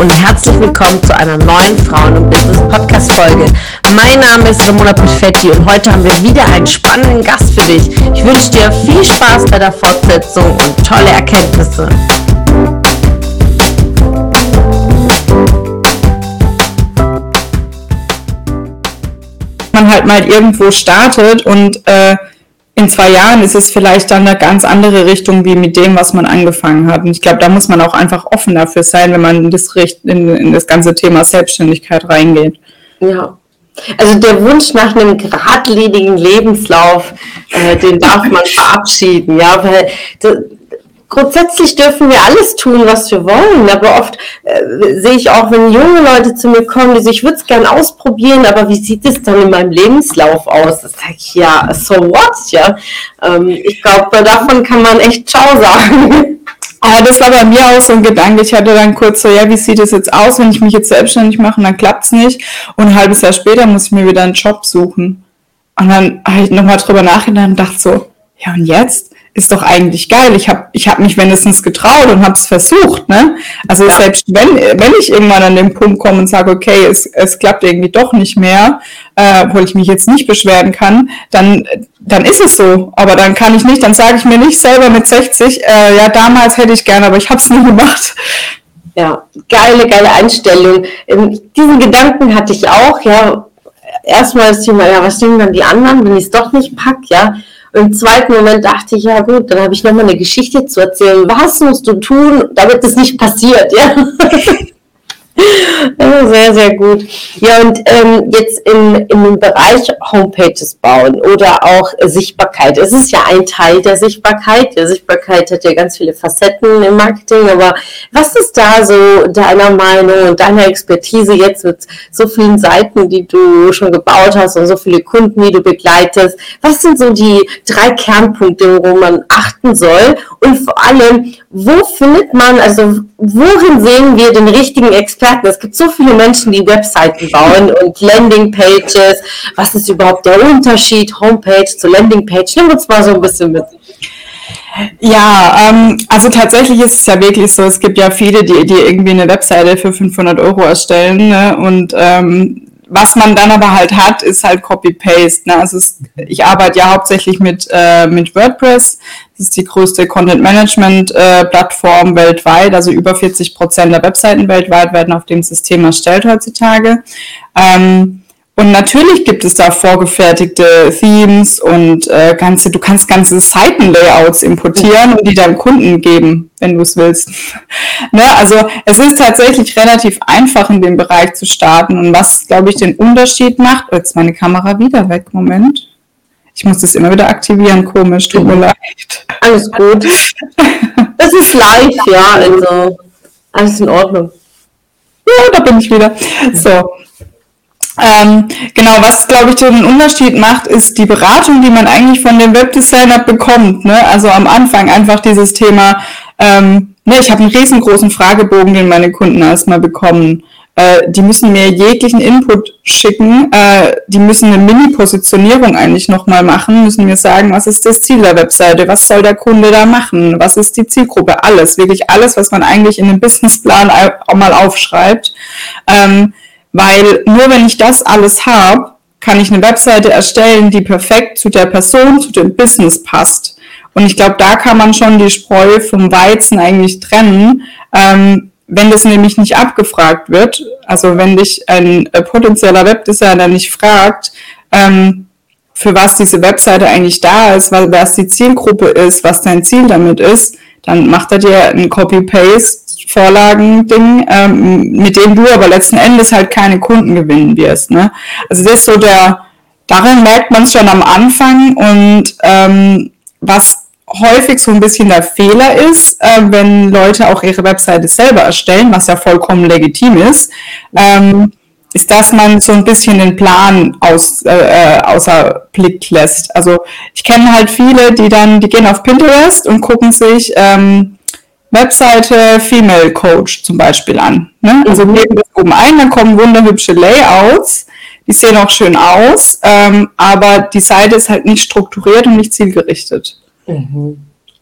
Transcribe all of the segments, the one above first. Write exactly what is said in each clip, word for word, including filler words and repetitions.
und herzlich willkommen zu einer neuen Frauen- und Business-Podcast-Folge. Mein Name ist Ramona Perfetti und heute haben wir wieder einen spannenden Gast für dich. Ich wünsche dir viel Spaß bei der Fortsetzung und tolle Erkenntnisse. Man halt mal irgendwo startet und äh, in zwei Jahren ist es vielleicht dann eine ganz andere Richtung wie mit dem, was man angefangen hat. Und ich glaube, da muss man auch einfach offen dafür sein, wenn man in das, in, in das ganze Thema Selbstständigkeit reingeht. Ja, also der Wunsch nach einem geradlinigen Lebenslauf, äh, den darf man verabschieden, ja, weil das, grundsätzlich dürfen wir alles tun, was wir wollen, aber oft äh, sehe ich auch, wenn junge Leute zu mir kommen, die sagen, ich würde es gerne ausprobieren, aber wie sieht es dann in meinem Lebenslauf aus? Das sage ich, ja, so what, ja. Ähm, ich glaube, davon kann man echt Ciao sagen. Aber das war bei mir auch so ein Gedanke. Ich hatte dann kurz so, ja, wie sieht es jetzt aus, wenn ich mich jetzt selbstständig mache und dann klappt es nicht. Und ein halbes Jahr später muss ich mir wieder einen Job suchen. Und dann habe ich nochmal drüber nachgedacht und dachte so, ja und jetzt? Ist doch eigentlich geil. Ich habe ich hab mich wenigstens getraut und habe es versucht. Ne? Also ja. Selbst wenn wenn ich irgendwann an den Punkt komme und sage, okay, es, es klappt irgendwie doch nicht mehr, äh, obwohl ich mich jetzt nicht beschweren kann, dann dann ist es so. Aber dann kann ich nicht, dann sage ich mir nicht selber mit sechzig, äh, ja, damals hätte ich gerne, aber ich habe es nie gemacht. Ja, geile, geile Einstellung. Diesen Gedanken hatte ich auch, ja. Erstmal das Thema, ja, was denken dann die anderen, wenn ich es doch nicht pack, ja. Und im zweiten Moment dachte ich, ja gut, dann habe ich nochmal eine Geschichte zu erzählen. Was musst du tun, damit das nicht passiert? Ja, ja sehr, sehr gut. Ja, und ähm, jetzt im, im Bereich Homepages bauen oder auch Sichtbarkeit. Es ist ja ein Teil der Sichtbarkeit. Die Sichtbarkeit hat ja ganz viele Facetten im Marketing, aber was ist da so deiner Meinung und deiner Expertise jetzt mit so vielen Seiten, die du schon gebaut hast und so viele Kunden, die du begleitest? Was sind so die drei Kernpunkte, wo man achten soll? Und vor allem, wo findet man, also worin sehen wir den richtigen Experten? Es gibt so viele Menschen, die Webseiten bauen und Landingpages. Was ist überhaupt der Unterschied, Homepage zu Landingpage? Nimm uns mal so ein bisschen mit. Ja, ähm, also tatsächlich ist es ja wirklich so, es gibt ja viele, die, die irgendwie eine Webseite für fünfhundert Euro erstellen, ne? Und ähm, was man dann aber halt hat, ist halt Copy-Paste. Ne? Also es, ich arbeite ja hauptsächlich mit, äh, mit WordPress. Das ist die größte Content-Management-Plattform äh, weltweit. Also über vierzig Prozent der Webseiten weltweit werden auf dem System erstellt heutzutage. Ähm, und natürlich gibt es da vorgefertigte Themes und äh, ganze, du kannst ganze Seitenlayouts importieren und die deinem Kunden geben, wenn du es willst. Ne? Also es ist tatsächlich relativ einfach in dem Bereich zu starten und was, glaube ich, den Unterschied macht, oh, jetzt ist meine Kamera wieder weg, Moment. Ich muss das immer wieder aktivieren, komisch, tut mir leid. Alles gut. Das ist live, ja, also alles in Ordnung. Ja, da bin ich wieder. So. Ähm, genau, was, glaube ich, den Unterschied macht, ist die Beratung, die man eigentlich von dem Webdesigner bekommt. Ne? Also am Anfang einfach dieses Thema, ähm, ne, ich habe einen riesengroßen Fragebogen, den meine Kunden erstmal bekommen. Äh, die müssen mir jeglichen Input schicken, äh, die müssen eine Mini-Positionierung eigentlich nochmal machen, müssen mir sagen, was ist das Ziel der Webseite, was soll der Kunde da machen, was ist die Zielgruppe, alles, wirklich alles, was man eigentlich in einem Businessplan auch mal aufschreibt. Ähm, Weil nur wenn ich das alles habe, kann ich eine Webseite erstellen, die perfekt zu der Person, zu dem Business passt. Und ich glaube, da kann man schon die Spreu vom Weizen eigentlich trennen, ähm, wenn das nämlich nicht abgefragt wird. Also wenn dich ein äh, potenzieller Webdesigner nicht fragt, ähm, für was diese Webseite eigentlich da ist, was, was die Zielgruppe ist, was dein Ziel damit ist, dann macht er dir ein Copy-Paste Vorlagen-Ding, ähm, mit dem du aber letzten Endes halt keine Kunden gewinnen wirst. Ne? Also das ist so der, daran merkt man es schon am Anfang und ähm, was häufig so ein bisschen der Fehler ist, äh, wenn Leute auch ihre Webseite selber erstellen, was ja vollkommen legitim ist, ähm, ist, dass man so ein bisschen den Plan aus, äh, außer Blick lässt. Also ich kenne halt viele, die dann, die gehen auf Pinterest und gucken sich ähm, Webseite Female Coach zum Beispiel an. Ne? Also wir geben das oben ein, dann kommen wunderhübsche Layouts, die sehen auch schön aus, ähm, aber die Seite ist halt nicht strukturiert und nicht zielgerichtet. Mhm.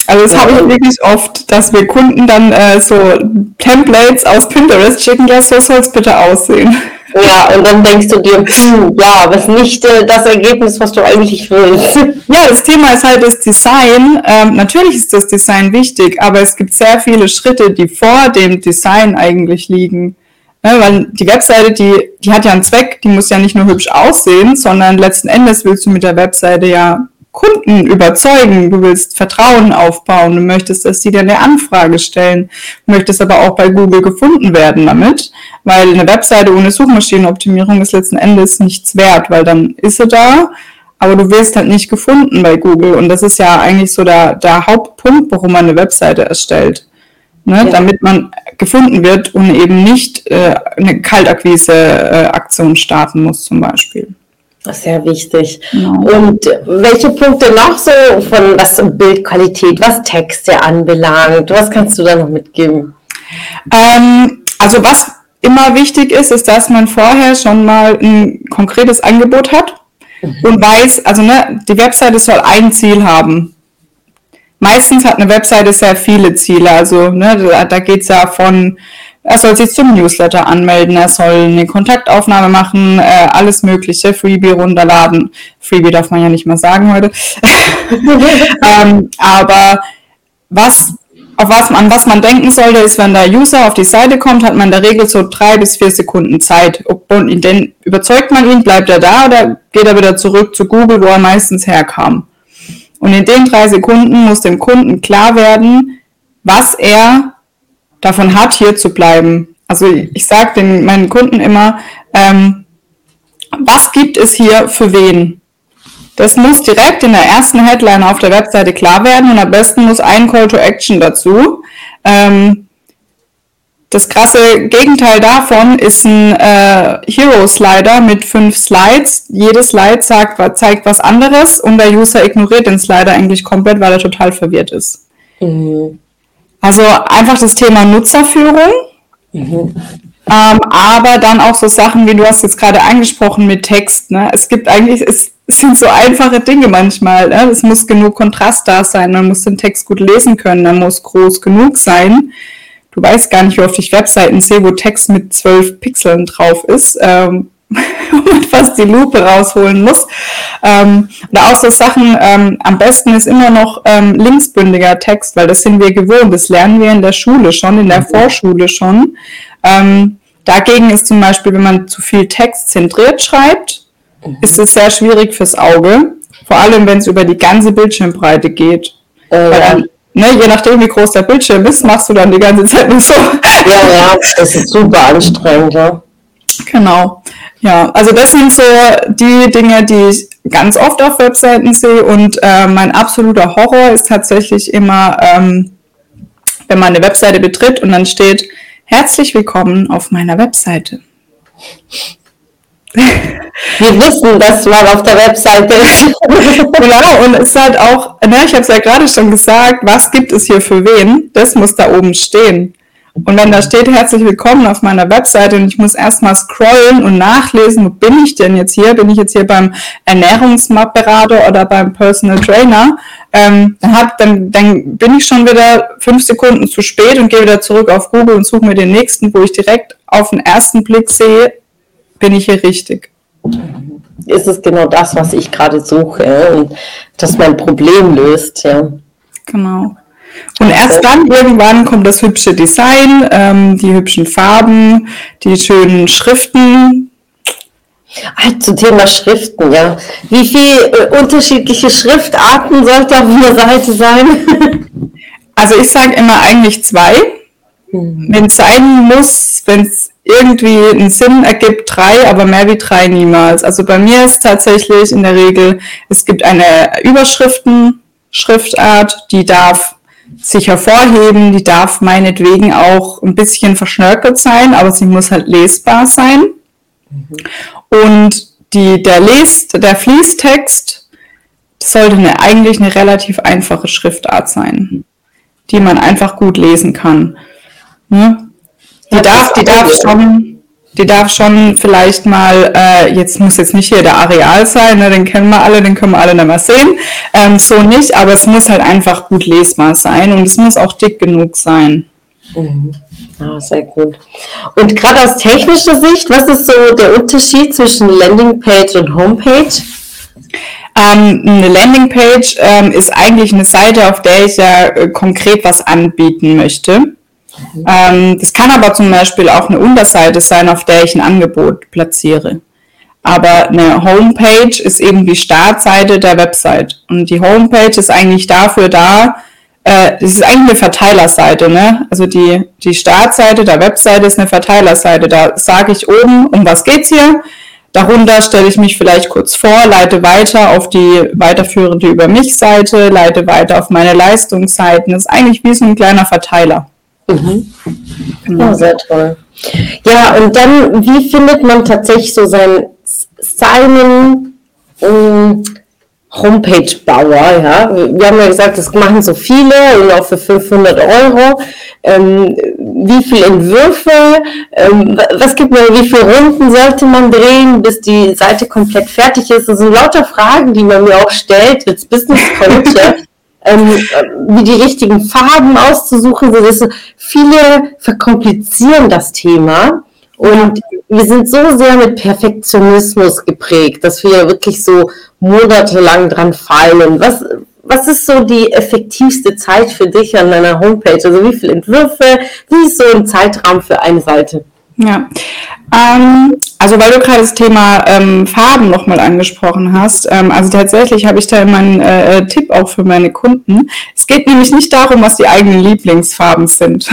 Also das Ja, habe ich und, wirklich oft, dass wir Kunden dann äh, so Templates aus Pinterest schicken, ja, so soll es bitte aussehen. ja, und dann denkst du dir, hm, ja, aber es ist nicht äh, das Ergebnis, was du eigentlich willst. Ja, das Thema ist halt das Design. Ähm, natürlich ist das Design wichtig, aber es gibt sehr viele Schritte, die vor dem Design eigentlich liegen. Ne, weil die Webseite, die, die hat ja einen Zweck, die muss ja nicht nur hübsch aussehen, sondern letzten Endes willst du mit der Webseite ja Kunden überzeugen, du willst Vertrauen aufbauen, du möchtest, dass die dir eine Anfrage stellen, du möchtest aber auch bei Google gefunden werden damit, weil eine Webseite ohne Suchmaschinenoptimierung ist letzten Endes nichts wert, weil dann ist sie da, aber du wirst halt nicht gefunden bei Google und das ist ja eigentlich so der, der Hauptpunkt, warum man eine Webseite erstellt, ne? Ja. Damit man gefunden wird und eben nicht äh, eine Kaltakquise-Aktion äh, starten muss zum Beispiel. Das ist sehr wichtig. Genau. Und welche Punkte noch so von was Bildqualität, was Texte anbelangt, was kannst du da noch mitgeben? Ähm, also was immer wichtig ist, ist, dass man vorher schon mal ein konkretes Angebot hat mhm. und weiß, also ne, die Webseite soll ein Ziel haben. Meistens hat eine Webseite sehr viele Ziele, also ne, da, da geht es ja von, er soll sich zum Newsletter anmelden, er soll eine Kontaktaufnahme machen, äh, alles mögliche, Freebie runterladen. Freebie darf man ja nicht mehr sagen heute. ähm, aber was, auf was man, was man denken sollte, ist, wenn der User auf die Seite kommt, hat man in der Regel so drei bis vier Sekunden Zeit. Und ihn denn, überzeugt man ihn, bleibt er da oder geht er wieder zurück zu Google, wo er meistens herkam. Und in den drei Sekunden muss dem Kunden klar werden, was er davon hat, hier zu bleiben. Also ich sage meinen Kunden immer, ähm, was gibt es hier für wen? Das muss direkt in der ersten Headline auf der Webseite klar werden und am besten muss ein Call to Action dazu. Ähm, das krasse Gegenteil davon ist ein äh, Hero-Slider mit fünf Slides. Jedes Slide sagt, zeigt was anderes und der User ignoriert den Slider eigentlich komplett, weil er total verwirrt ist. Mhm. Also einfach das Thema Nutzerführung, mhm. ähm, aber dann auch so Sachen, wie du hast jetzt gerade angesprochen mit Text. Ne? Es gibt eigentlich, es, es sind so einfache Dinge manchmal. Ne? Es muss genug Kontrast da sein, man muss den Text gut lesen können, man muss groß genug sein. Du weißt gar nicht, wie oft ich Webseiten sehe, wo Text mit zwölf Pixeln drauf ist. Ähm, wo man fast die Lupe rausholen muss. Ähm, oder auch so Sachen, ähm, am besten ist immer noch ähm, linksbündiger Text, weil das sind wir gewohnt, das lernen wir in der Schule schon, in der mhm. Vorschule schon. Ähm, dagegen ist zum Beispiel, wenn man zu viel Text zentriert schreibt, mhm. ist es sehr schwierig fürs Auge, vor allem wenn es über die ganze Bildschirmbreite geht. Äh, weil dann, ne, je nachdem, wie groß der Bildschirm ist, machst du dann die ganze Zeit nur so. Ja, ja, das ist super anstrengend, ja. Genau. Ja, also das sind so die Dinge, die ich ganz oft auf Webseiten sehe und äh, mein absoluter Horror ist tatsächlich immer, ähm, wenn man eine Webseite betritt und dann steht, herzlich willkommen auf meiner Webseite. Wir wissen, dass man auf der Webseite ist. Genau, und es ist halt auch, ne, ich habe es ja gerade schon gesagt, was gibt es hier für wen? Das muss da oben stehen. Und wenn da steht, herzlich willkommen auf meiner Webseite und ich muss erstmal scrollen und nachlesen, wo bin ich denn jetzt hier? Bin ich jetzt hier beim Ernährungsberater oder beim Personal Trainer? Ähm, dann, hab, dann, dann bin ich schon wieder fünf Sekunden zu spät und gehe wieder zurück auf Google und suche mir den nächsten, wo ich direkt auf den ersten Blick sehe, bin ich hier richtig. Ist es genau das, was ich gerade suche und das mein Problem löst, ja. Genau. Und erst dann irgendwann kommt das hübsche Design, ähm, die hübschen Farben, die schönen Schriften. Ah, zum Thema Schriften, ja. Wie viele äh, unterschiedliche Schriftarten sollte auf einer Seite sein? Also ich sage immer eigentlich zwei. Hm. Wenn es sein muss, wenn es irgendwie einen Sinn ergibt, drei, aber mehr wie drei niemals. Also bei mir ist tatsächlich in der Regel, es gibt eine Überschriften-Schriftart, die darf sich hervorheben, die darf meinetwegen auch ein bisschen verschnörkelt sein, aber sie muss halt lesbar sein. Mhm. Und die, der, Les, der Fließtext sollte eine, eigentlich eine relativ einfache Schriftart sein, die man einfach gut lesen kann. Hm? Die darf, die darf schon, die darf schon vielleicht mal, äh, jetzt muss jetzt nicht hier der Areal sein, ne, den kennen wir alle, den können wir alle nicht mehr sehen, ähm, so nicht, aber es muss halt einfach gut lesbar sein und es muss auch dick genug sein. Mhm. Ah, sehr gut. Und gerade aus technischer Sicht, was ist so der Unterschied zwischen Landingpage und Homepage? Ähm, eine Landingpage ähm, ist eigentlich eine Seite, auf der ich ja äh, konkret was anbieten möchte. Mhm. Ähm, das kann aber zum Beispiel auch eine Unterseite sein, auf der ich ein Angebot platziere. Aber eine Homepage ist eben die Startseite der Website. Und die Homepage ist eigentlich dafür da, äh, das ist eigentlich eine Verteilerseite, ne? Also die, die Startseite der Webseite ist eine Verteilerseite. Da sage ich oben, um was geht's hier? Darunter stelle ich mich vielleicht kurz vor, leite weiter auf die weiterführende Über mich-Seite, leite weiter auf meine Leistungsseiten. Das ist eigentlich wie so ein kleiner Verteiler. Mhm. Ja, sehr toll. Ja, und dann, wie findet man tatsächlich so sein, seinen um, Homepage-Bauer? Ja? Wir haben ja gesagt, das machen so viele und auch für fünfhundert Euro. Ähm, wie viele Entwürfe, ähm, was gibt man, wie viele Runden sollte man drehen, bis die Seite komplett fertig ist? Das sind lauter Fragen, die man mir auch stellt als Business Coach, ähm, wie die richtigen Farben auszusuchen. So, dass viele verkomplizieren das Thema und wir sind so sehr mit Perfektionismus geprägt, dass wir wirklich so monatelang dran feilen. Was Was ist so die effektivste Zeit für dich an deiner Homepage? Also wie viele Entwürfe, wie ist so ein Zeitraum für eine Seite? Ja, ähm, also weil du gerade das Thema ähm, Farben nochmal angesprochen hast, ähm, also tatsächlich habe ich da immer einen äh, Tipp auch für meine Kunden. Es geht nämlich nicht darum, was die eigenen Lieblingsfarben sind,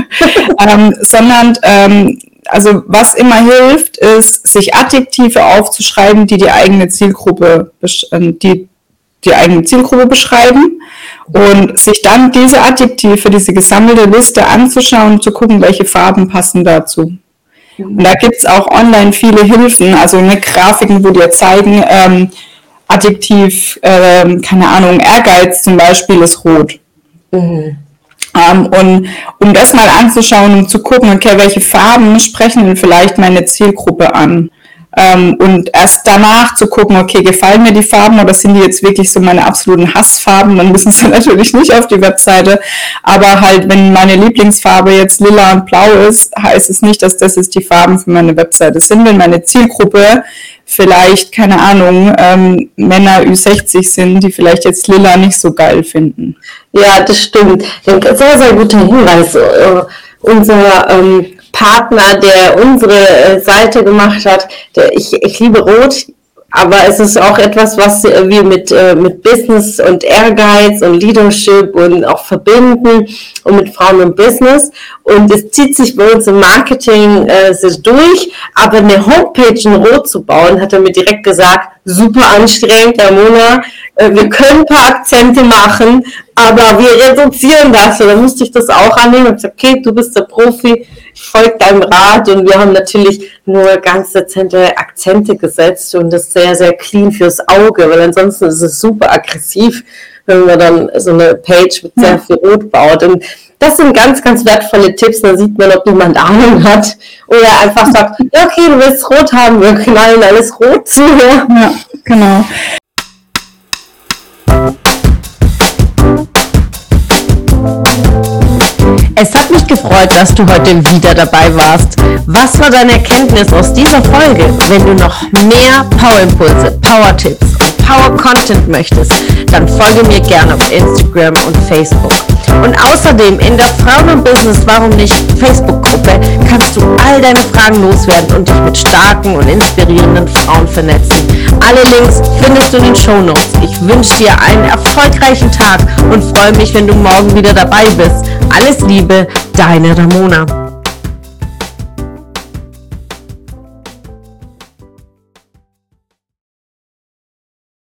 ähm, sondern ähm, also was immer hilft, ist, sich Adjektive aufzuschreiben, die die eigene Zielgruppe, die die eigene Zielgruppe beschreiben und sich dann diese Adjektive, diese gesammelte Liste anzuschauen und zu gucken, welche Farben passen dazu. Und da gibt's auch online viele Hilfen, also eine Grafiken, wo dir zeigen, ähm, Adjektiv, ähm, keine Ahnung, Ehrgeiz zum Beispiel ist rot. Mhm. Ähm, und um das mal anzuschauen und zu gucken, okay, welche Farben sprechen denn vielleicht meine Zielgruppe an? Ähm, und erst danach zu gucken, okay, gefallen mir die Farben oder sind die jetzt wirklich so meine absoluten Hassfarben, dann müssen sie natürlich nicht auf die Webseite, aber halt, wenn meine Lieblingsfarbe jetzt lila und blau ist, heißt es nicht, dass das jetzt die Farben für meine Webseite sind. Wenn meine Zielgruppe vielleicht, keine Ahnung, ähm, Männer Ü sechzig sind, die vielleicht jetzt lila nicht so geil finden. Ja, das stimmt. Sehr, sehr guter Hinweis. Uh, unser ähm Partner, der unsere Seite gemacht hat, der, ich, ich liebe Rot, aber es ist auch etwas, was wir mit, äh, mit Business und Ehrgeiz und Leadership und auch verbinden und mit Frauen und Business und es zieht sich bei uns im Marketing äh, sich durch, aber eine Homepage in Rot zu bauen, hat er mir direkt gesagt, super anstrengend, Ramona, äh, wir können ein paar Akzente machen, aber wir reduzieren das und dann musste ich das auch annehmen und gesagt, okay, du bist der Profi, ich folge deinem Rat und wir haben natürlich nur ganz dezente Akzente gesetzt und das ist sehr, sehr clean fürs Auge, weil ansonsten ist es super aggressiv, wenn man dann so eine Page mit sehr viel Rot baut. Und das sind ganz, ganz wertvolle Tipps, da sieht man, ob jemand Ahnung hat oder einfach sagt, ja, okay, du willst Rot haben, wir knallen alles Rot zu. Ja, ja, genau. Es hat mich gefreut, dass du heute wieder dabei warst. Was war deine Erkenntnis aus dieser Folge? Wenn du noch mehr Power-Impulse, Power-Tipps und Power-Content möchtest, dann folge mir gerne auf Instagram und Facebook. Und außerdem in der Frauen und Business Warum nicht Facebook-Gruppe kannst du all deine Fragen loswerden und dich mit starken und inspirierenden Frauen vernetzen. Alle Links findest du in den Shownotes. Ich wünsche dir einen erfolgreichen Tag und freue mich, wenn du morgen wieder dabei bist. Alles Liebe, deine Ramona.